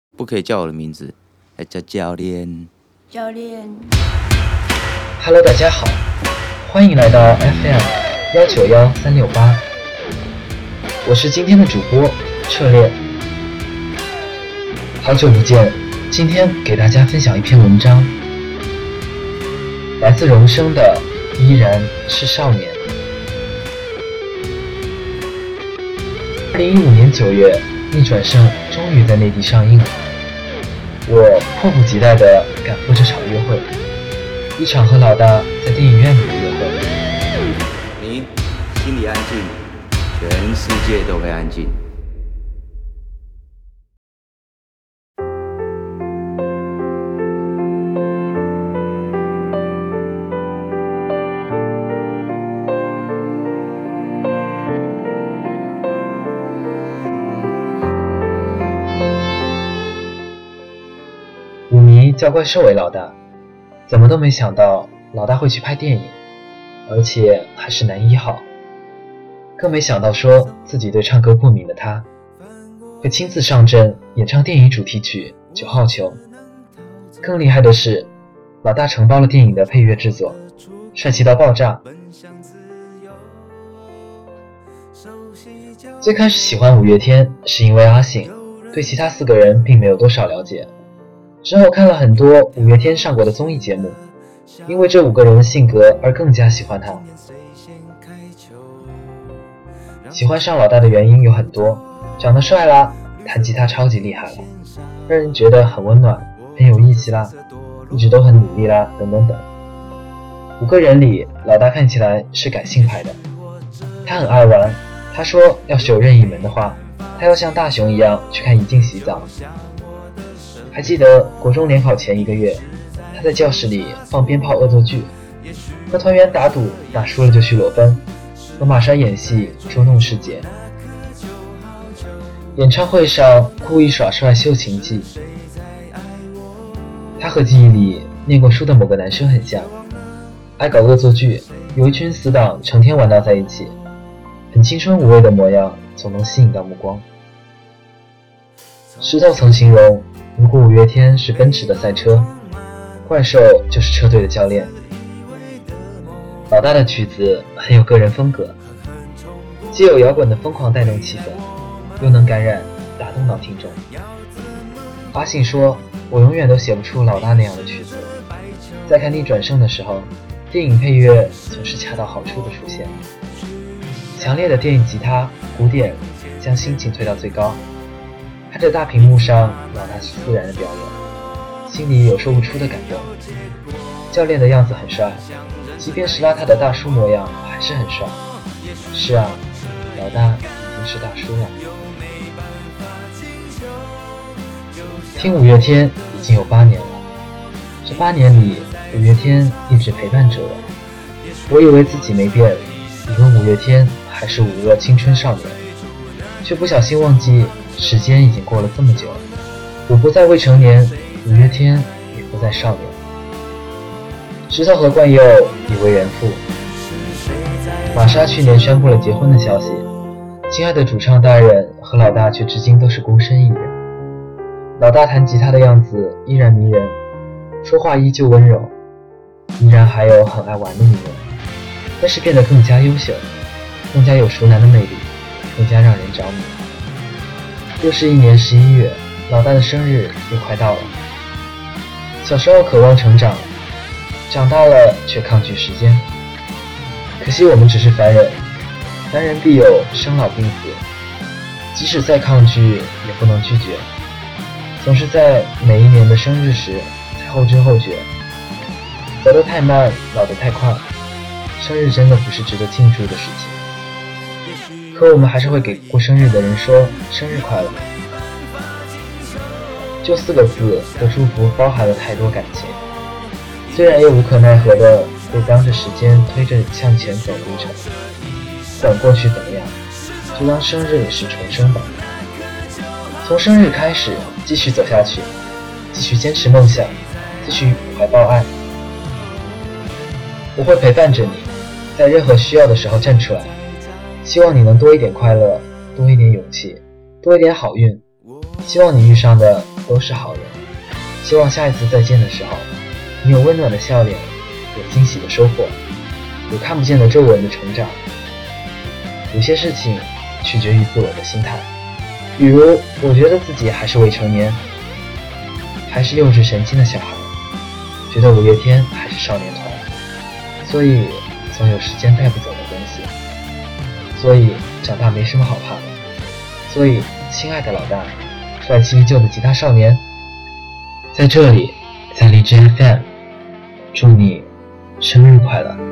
不可以叫我的名字，要叫教练。 教练。 Hello， 大家好，欢迎来到 FM191368，我是今天的主播彻烈。好久不见，今天给大家分享一篇文章，来自荣生的《依然是少年》。2015年9月，《逆转胜》终于在内地上映了。我迫不及待地赶赴这场约会，一场和老大在电影院里的约会。 你心里安静，全世界都会安静。 舞迷叫怪兽为老大，怎么都没想到老大会去拍电影，而且还是男1号。更没想到说自己对唱歌过敏的他，会亲自上阵演唱电影主题曲《9号球》。更厉害的是，老大承包了电影的配乐制作，帅气到爆炸。最开始喜欢五月天是因为阿信，对其他4个人并没有多少了解。之后看了很多五月天上过的综艺节目，因为这5个人的性格而更加喜欢他。喜欢上老大的原因有很多，长得帅啦，弹吉他超级厉害了，让人觉得很温暖，很有义气啦，一直都很努力啦，等等等。5个人里，老大看起来是感性派的，他很爱玩。他说要是有任意门的话，他要像大雄一样去看怡静洗澡。还记得国中联考前1个月，他在教室里放鞭炮恶作剧，和团员打赌，打输了就去裸奔，和马莎演戏捉弄师姐。演唱会上故意耍帅秀情技，他和记忆里念过书的某个男生很像，爱搞恶作剧，有一群死党成天玩闹在一起，很青春无畏的模样总能吸引到目光。石头曾形容，如果五月天是奔驰的赛车，怪兽就是车队的教练。老大的曲子很有个人风格，既有摇滚的疯狂带动气氛，又能感染打动到听众。阿信说，我永远都写不出老大那样的曲子。在看《逆转胜》的时候，电影配乐总是恰到好处的出现，强烈的电影吉他鼓点将心情推到最高。看着大屏幕上老大自然的表演，心里有说不出的感动。教练的样子很帅，即便是邋遢的大叔模样还是很帅。是啊，老大已经是大叔了。听五月天已经有8年了，这8年里五月天一直陪伴着我。我以为自己没变，以为五月天还是5个青春少年，却不小心忘记时间已经过了这么久，我不再未成年，五月天也不再少年。石头和冠佑已为人父，玛莎去年宣布了结婚的消息，亲爱的主唱大人和老大却至今都是孤身一人。老大弹吉他的样子依然迷人，说话依旧温柔，依然还有很爱玩的一面，但是变得更加优秀，更加有熟男的魅力，更加让人着迷。又是一年11月，老大的生日又快到了。小时候渴望成长，长大了却抗拒时间。可惜我们只是凡人，凡人必有生老病死，即使再抗拒也不能拒绝。总是在每一年的生日时才后知后觉，走得太慢，老得太快，生日真的不是值得庆祝的事情。可我们还是会给过生日的人说生日快乐，就4个字的祝福包含了太多感情，虽然也无可奈何的被当着时间推着向前走路程，管过去怎样，就当生日是重生吧。从生日开始，继续走下去，继续坚持梦想，继续怀抱爱。我会陪伴着你，在任何需要的时候站出来，希望你能多一点快乐，多一点勇气，多一点好运。希望你遇上的都是好人。希望下一次再见的时候，你有温暖的笑脸，有惊喜的收获，有看不见的皱纹的成长。有些事情取决于自我的心态，比如我觉得自己还是未成年，还是幼稚神经的小孩，觉得五月天还是少年团，所以总有时间带不走的东西，所以长大没什么好怕的，所以亲爱的老大，帅气依旧的吉他少年，在这里，在荔枝 FM，祝你生日快乐。